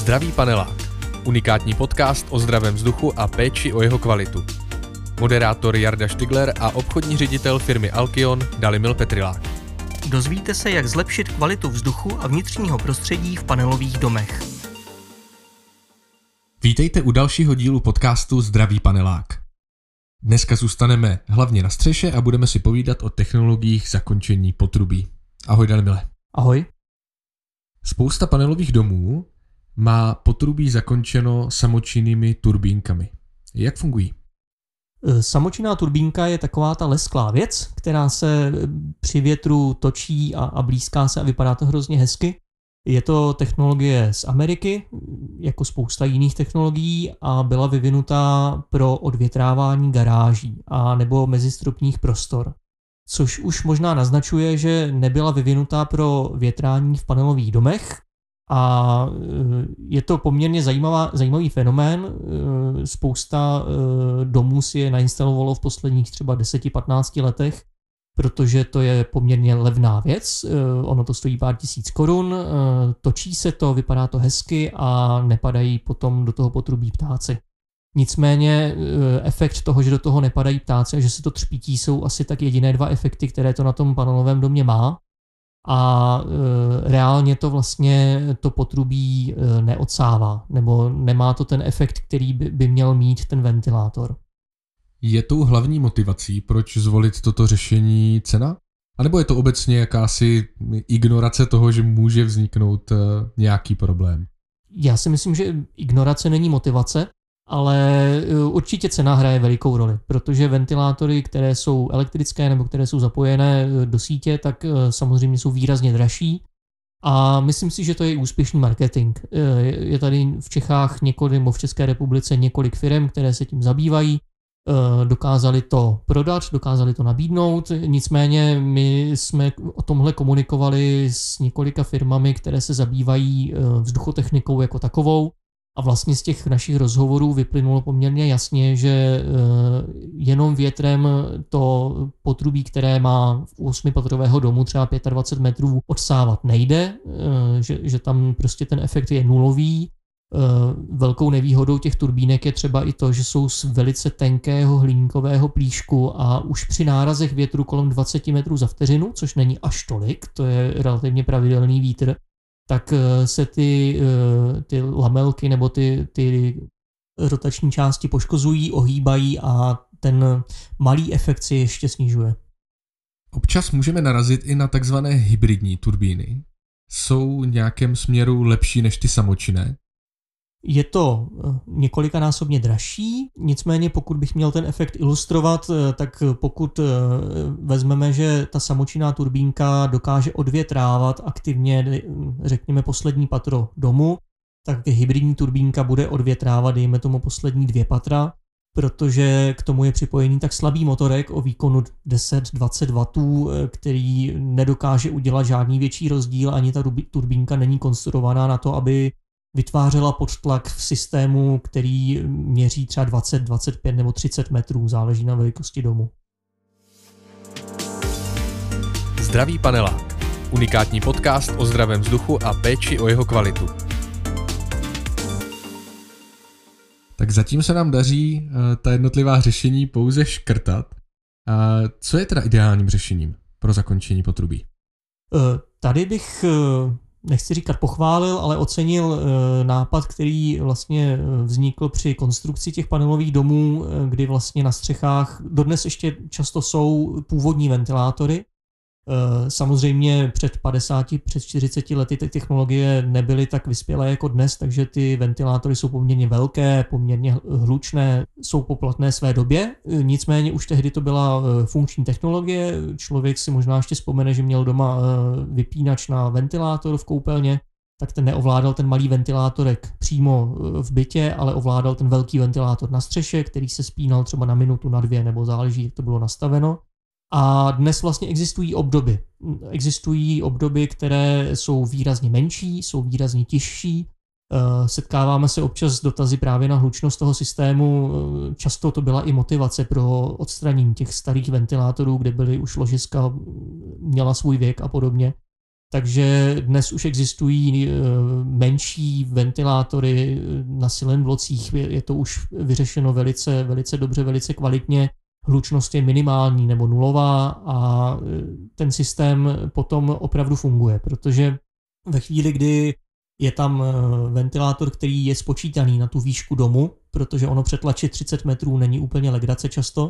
Zdravý panelák. Unikátní podcast o zdravém vzduchu a péči o jeho kvalitu. Moderátor Jarda Štigler a obchodní ředitel firmy Alkion Dalimil Petrilák. Dozvíte se, jak zlepšit kvalitu vzduchu a vnitřního prostředí v panelových domech. Vítejte u dalšího dílu podcastu Zdravý panelák. Dneska zůstaneme hlavně na střeše a budeme si povídat o technologiích zakončení potrubí. Ahoj Dalimile. Ahoj. Spousta panelových domů má potrubí zakončeno samočinnými turbínkami. Jak fungují? Samočinná turbínka je taková ta lesklá věc, která se při větru točí a blízká se a vypadá to hrozně hezky. Je to technologie z Ameriky, jako spousta jiných technologií, a byla vyvinutá pro odvětrávání garáží a nebo mezistropních prostor. Což už možná naznačuje, že nebyla vyvinutá pro větrání v panelových domech, a je to poměrně zajímavý fenomén. Spousta domů si je nainstalovalo v posledních třeba 10-15 letech, protože to je poměrně levná věc. Ono to stojí pár tisíc korun, točí se to, vypadá to hezky a nepadají potom do toho potrubí ptáci. Nicméně efekt toho, že do toho nepadají ptáci a že se to třpítí, jsou asi tak jediné dva efekty, které to na tom panelovém domě má. A reálně to vlastně to potrubí neodsává, nebo nemá to ten efekt, který by měl mít ten ventilátor. Je tou hlavní motivací, proč zvolit toto řešení, cena? A nebo je to obecně jakási ignorace toho, že může vzniknout nějaký problém? Já si myslím, že ignorace není motivace, ale určitě cena hraje velikou roli, protože ventilátory, které jsou elektrické nebo které jsou zapojené do sítě, tak samozřejmě jsou výrazně dražší, a myslím si, že to je úspěšný marketing. Je tady v Čechách nebo v České republice několik firm, které se tím zabývají, dokázali to prodat, dokázali to nabídnout, nicméně my jsme o tomhle komunikovali s několika firmami, které se zabývají vzduchotechnikou jako takovou. A vlastně z těch našich rozhovorů vyplynulo poměrně jasně, že jenom větrem to potrubí, které má v 8patrového domu třeba 25 metrů, odsávat nejde, že tam prostě ten efekt je nulový. Velkou nevýhodou těch turbínek je třeba i to, že jsou z velice tenkého hliníkového plíšku a už při nárazech větru kolem 20 metrů za vteřinu, což není až tolik, to je relativně pravidelný vítr, tak se ty lamelky nebo ty rotační části poškozují, ohýbají a ten malý efekt si ještě snižuje. Občas můžeme narazit i na takzvané hybridní turbíny. Jsou v nějakém směru lepší než ty samočinné? Je to několikanásobně dražší, nicméně pokud bych měl ten efekt ilustrovat, tak pokud vezmeme, že ta samočinná turbínka dokáže odvětrávat aktivně, řekněme, poslední patro domu, tak hybridní turbínka bude odvětrávat, dejme tomu, poslední 2 patra, protože k tomu je připojený tak slabý motorek o výkonu 10-20 W, který nedokáže udělat žádný větší rozdíl, ani ta turbínka není konstruovaná na to, aby vytvářela podtlak v systému, který měří třeba 20, 25 nebo 30 metrů, záleží na velikosti domu. Zdravý panelák. Unikátní podcast o zdravém vzduchu a péči o jeho kvalitu. Tak zatím se nám daří ta jednotlivá řešení pouze škrtat. Co je teda ideálním řešením pro zakončení potrubí? Tady bych, nechci říkat pochválil, ale ocenil nápad, který vlastně vznikl při konstrukci těch panelových domů, kdy vlastně na střechách dodnes ještě často jsou původní ventilátory. Samozřejmě před 50, před 40 lety ty technologie nebyly tak vyspělé jako dnes, takže ty ventilátory jsou poměrně velké, poměrně hlučné, jsou poplatné své době. Nicméně už tehdy to byla funkční technologie. Člověk si možná ještě vzpomene, že měl doma vypínač na ventilátor v koupelně, tak ten neovládal ten malý ventilátorek přímo v bytě, ale ovládal ten velký ventilátor na střeše, který se spínal třeba na minutu, na 2, nebo záleží, jak to bylo nastaveno. A dnes vlastně existují obdoby. Existují obdoby, které jsou výrazně menší, jsou výrazně těžší. Setkáváme se občas s dotazy právě na hlučnost toho systému. Často to byla i motivace pro odstranění těch starých ventilátorů, kde byly už ložiska, měla svůj věk a podobně. Takže dnes už existují menší ventilátory na silenblocích, je to už vyřešeno velice, velice dobře, velice kvalitně. Hlučnost je minimální nebo nulová a ten systém potom opravdu funguje, protože ve chvíli, kdy je tam ventilátor, který je spočítaný na tu výšku domu, protože ono přetlačit 30 metrů není úplně legrace často,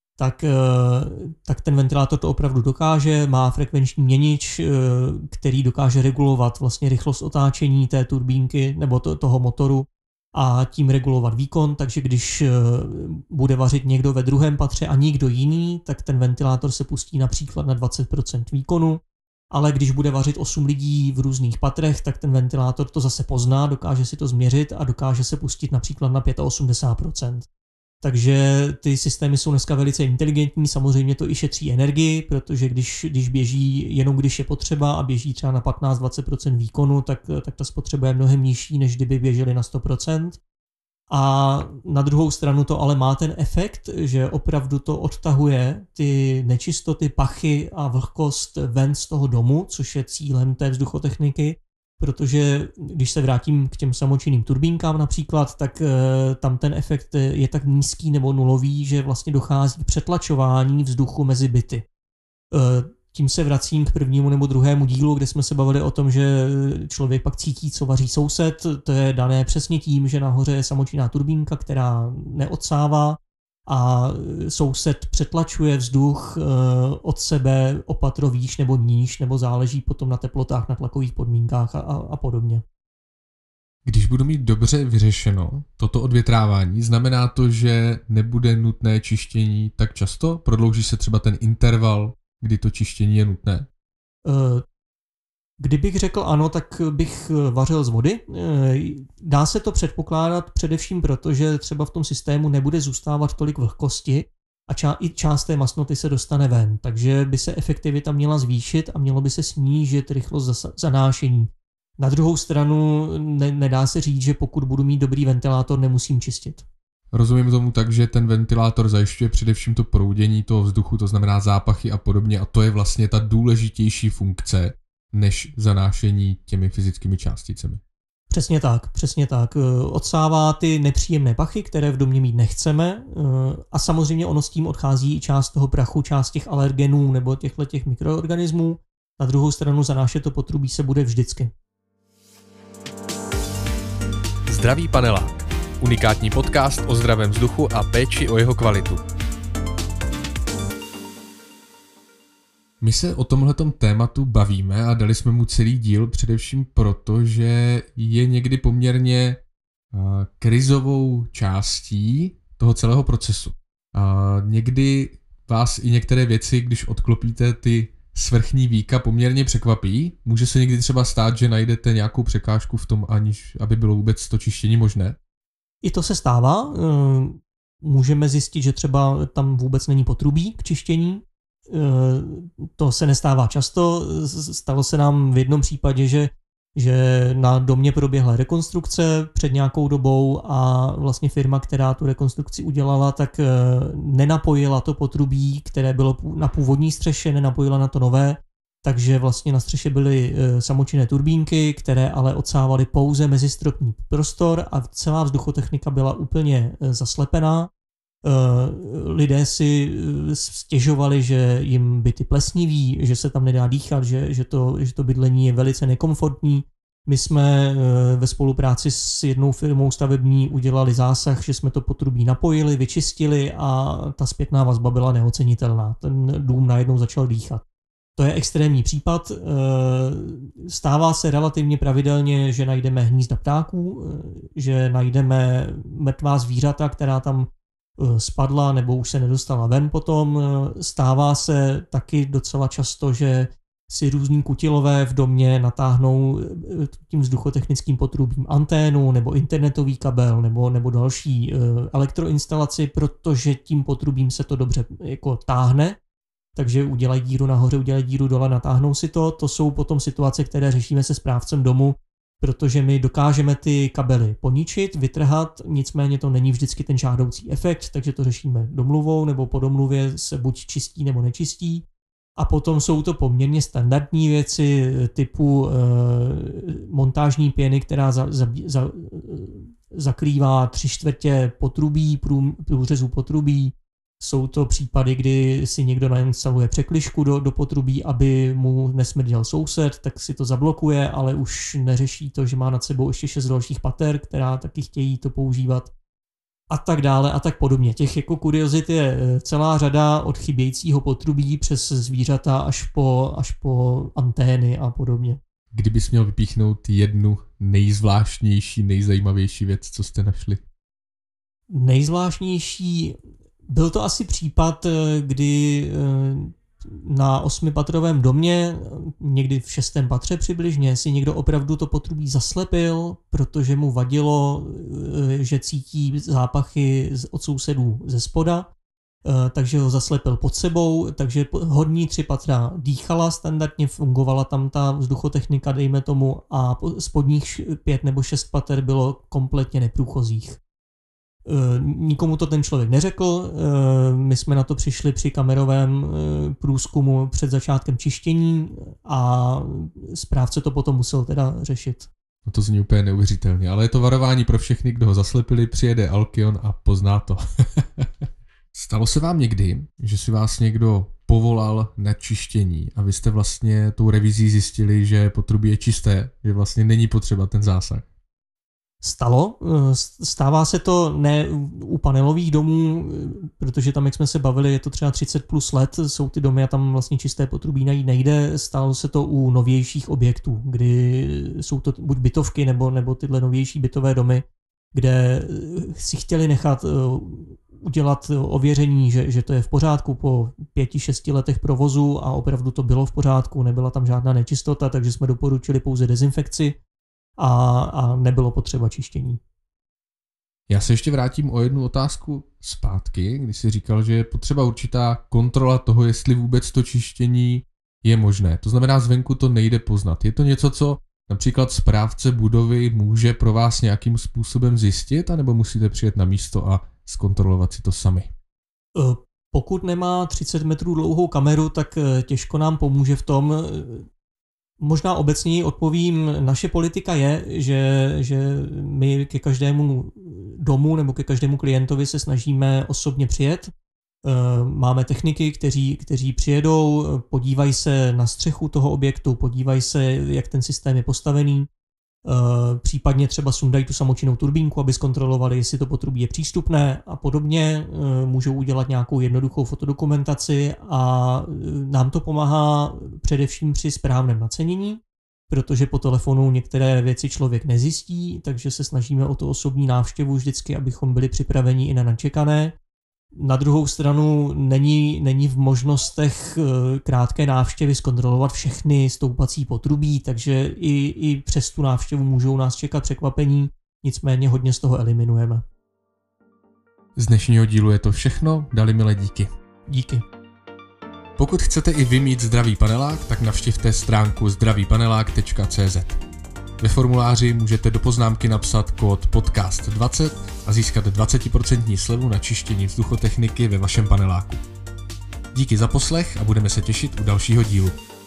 tak ten ventilátor to opravdu dokáže, má frekvenční měnič, který dokáže regulovat vlastně rychlost otáčení té turbínky nebo toho motoru a tím regulovat výkon, takže když bude vařit někdo ve druhém patře a nikdo jiný, tak ten ventilátor se pustí například na 20% výkonu, ale když bude vařit 8 lidí v různých patrech, tak ten ventilátor to zase pozná, dokáže si to změřit a dokáže se pustit například na 85%. Takže ty systémy jsou dneska velice inteligentní, samozřejmě to i šetří energii, protože když běží jenom když je potřeba a běží třeba na 15-20% výkonu, tak ta spotřeba je mnohem nižší, než kdyby běželi na 100%. A na druhou stranu to ale má ten efekt, že opravdu to odtahuje ty nečistoty, pachy a vlhkost ven z toho domu, což je cílem té vzduchotechniky, protože když se vrátím k těm samočinným turbínkám například, tak tam ten efekt je tak nízký nebo nulový, že vlastně dochází k přetlačování vzduchu mezi byty. Tím se vracím k prvnímu nebo druhému dílu, kde jsme se bavili o tom, že člověk pak cítí, co vaří soused. To je dané přesně tím, že nahoře je samočinná turbínka, která neodsává a soused přetlačuje vzduch od sebe o patro výš nebo níž, nebo záleží potom na teplotách, na tlakových podmínkách a podobně. Když budu mít dobře vyřešeno toto odvětrávání, znamená to, že nebude nutné čištění tak často? Prodlouží se třeba ten interval, kdy to čištění je nutné? Kdybych řekl ano, tak bych vařil z vody. Dá se to předpokládat především proto, že třeba v tom systému nebude zůstávat tolik vlhkosti a i část té masnoty se dostane ven, takže by se efektivita měla zvýšit a mělo by se snížit rychlost zanášení. Na druhou stranu nedá se říct, že pokud budu mít dobrý ventilátor, nemusím čistit. Rozumím tomu tak, že ten ventilátor zajišťuje především to proudění toho vzduchu, to znamená zápachy a podobně, a to je vlastně ta důležitější funkce než zanášení těmi fyzickými částicemi. Přesně tak. Odsává ty nepříjemné pachy, které v domě mít nechceme, a samozřejmě ono s tím odchází i část toho prachu, část těch alergenů nebo těchto mikroorganismů. Na druhou stranu zanášet to potrubí se bude vždycky. Zdravý panelák. Unikátní podcast o zdravém vzduchu a péči o jeho kvalitu. My se o tomhletom tématu bavíme a dali jsme mu celý díl především proto, že je někdy poměrně krizovou částí toho celého procesu. A někdy vás i některé věci, když odklopíte ty svrchní víka, poměrně překvapí. Může se někdy třeba stát, že najdete nějakou překážku v tom, aniž aby bylo vůbec to čištění možné? I to se stává. Můžeme zjistit, že třeba tam vůbec není potrubí k čištění. To se nestává často. Stalo se nám v jednom případě, že na domě proběhla rekonstrukce před nějakou dobou a vlastně firma, která tu rekonstrukci udělala, tak nenapojila to potrubí, které bylo na původní střeše, nenapojila na to nové, takže vlastně na střeše byly samočinné turbínky, které ale odsávaly pouze mezistropní prostor a celá vzduchotechnika byla úplně zaslepená. Lidé si stěžovali, že jim byty plesniví, že se tam nedá dýchat, že to bydlení je velice nekomfortní. My jsme ve spolupráci s jednou firmou stavební udělali zásah, že jsme to potrubí napojili, vyčistili a ta zpětná vazba byla neocenitelná. Ten dům najednou začal dýchat. To je extrémní případ. Stává se relativně pravidelně, že najdeme hnízda ptáků, že najdeme mrtvá zvířata, která tam spadla nebo už se nedostala ven potom. Stává se taky docela často, že si různí kutilové v domě natáhnou tím vzduchotechnickým potrubím anténu nebo internetový kabel nebo další elektroinstalaci, protože tím potrubím se to dobře jako táhne, takže udělají díru nahoře, udělají díru dole, natáhnou si to. To jsou potom situace, které řešíme se správcem domu, protože my dokážeme ty kabely poničit, vytrhat, nicméně to není vždycky ten žádoucí efekt, takže to řešíme domluvou nebo po domluvě se buď čistí nebo nečistí. A potom jsou to poměrně standardní věci typu montážní pěny, která zakrývá 3/4 potrubí, průřezu potrubí. Jsou to případy, kdy si někdo nainstaluje překližku do potrubí, aby mu nesmrděl soused, tak si to zablokuje, ale už neřeší to, že má nad sebou ještě 6 dalších pater, která taky chtějí to používat. A tak dále a tak podobně. Těch jako kuriozit je celá řada od chybějícího potrubí přes zvířata až po antény a podobně. Kdybys měl vypíchnout jednu nejzvláštnější, nejzajímavější věc, co jste našli? Nejzvláštnější, byl to asi případ, kdy na 8patrovém domě, někdy v 6. patře přibližně, si někdo opravdu to potrubí zaslepil, protože mu vadilo, že cítí zápachy od sousedů ze spoda, takže ho zaslepil pod sebou, takže horní 3 patra dýchala standardně, fungovala tam ta vzduchotechnika, dejme tomu, a spodních 5 nebo 6 pater bylo kompletně neprůchozích. Nikomu to ten člověk neřekl, my jsme na to přišli při kamerovém průzkumu před začátkem čištění a správce to potom musel teda řešit. No to zní úplně neuvěřitelně, ale je to varování pro všechny, kdo ho zaslepili, přijede Alkion a pozná to. Stalo se vám někdy, že si vás někdo povolal na čištění a vy jste vlastně tou revizí zjistili, že potrubí je čisté, že vlastně není potřeba ten zásah? Stává se to ne u panelových domů, protože tam, jak jsme se bavili, je to třeba 30 plus let, jsou ty domy a tam vlastně čisté potrubí najít nejde. Stalo se to u novějších objektů, kdy jsou to buď bytovky nebo tyhle novější bytové domy, kde si chtěli nechat udělat ověření, že to je v pořádku po 5-6 letech provozu a opravdu to bylo v pořádku, nebyla tam žádná nečistota, takže jsme doporučili pouze dezinfekci a nebylo potřeba čištění. Já se ještě vrátím o jednu otázku zpátky, když jsi říkal, že je potřeba určitá kontrola toho, jestli vůbec to čištění je možné. To znamená, zvenku to nejde poznat. Je to něco, co například správce budovy může pro vás nějakým způsobem zjistit, anebo musíte přijet na místo a zkontrolovat si to sami? Pokud nemá 30 metrů dlouhou kameru, tak těžko nám pomůže v tom. Možná obecněji odpovím, naše politika je, že my ke každému domu nebo ke každému klientovi se snažíme osobně přijet. Máme techniky, kteří přijedou, podívají se na střechu toho objektu, podívají se, jak ten systém je postavený, případně třeba sundají tu samočinnou turbínku, aby zkontrolovali, jestli to potrubí je přístupné a podobně. Můžou udělat nějakou jednoduchou fotodokumentaci a nám to pomáhá především při správném nacenění, protože po telefonu některé věci člověk nezjistí, takže se snažíme o tu osobní návštěvu vždycky, abychom byli připraveni i na načekané. Na druhou stranu není v možnostech krátké návštěvy zkontrolovat všechny stoupací potrubí, takže i přes tu návštěvu můžou nás čekat překvapení, nicméně hodně z toho eliminujeme. Z dnešního dílu je to všechno, dali milé díky. Díky. Pokud chcete i vy mít zdravý panelák, tak navštivte stránku zdravípanelák.cz. Ve formuláři můžete do poznámky napsat kód podcast20 a získat 20% slevu na čištění vzduchotechniky ve vašem paneláku. Díky za poslech a budeme se těšit u dalšího dílu.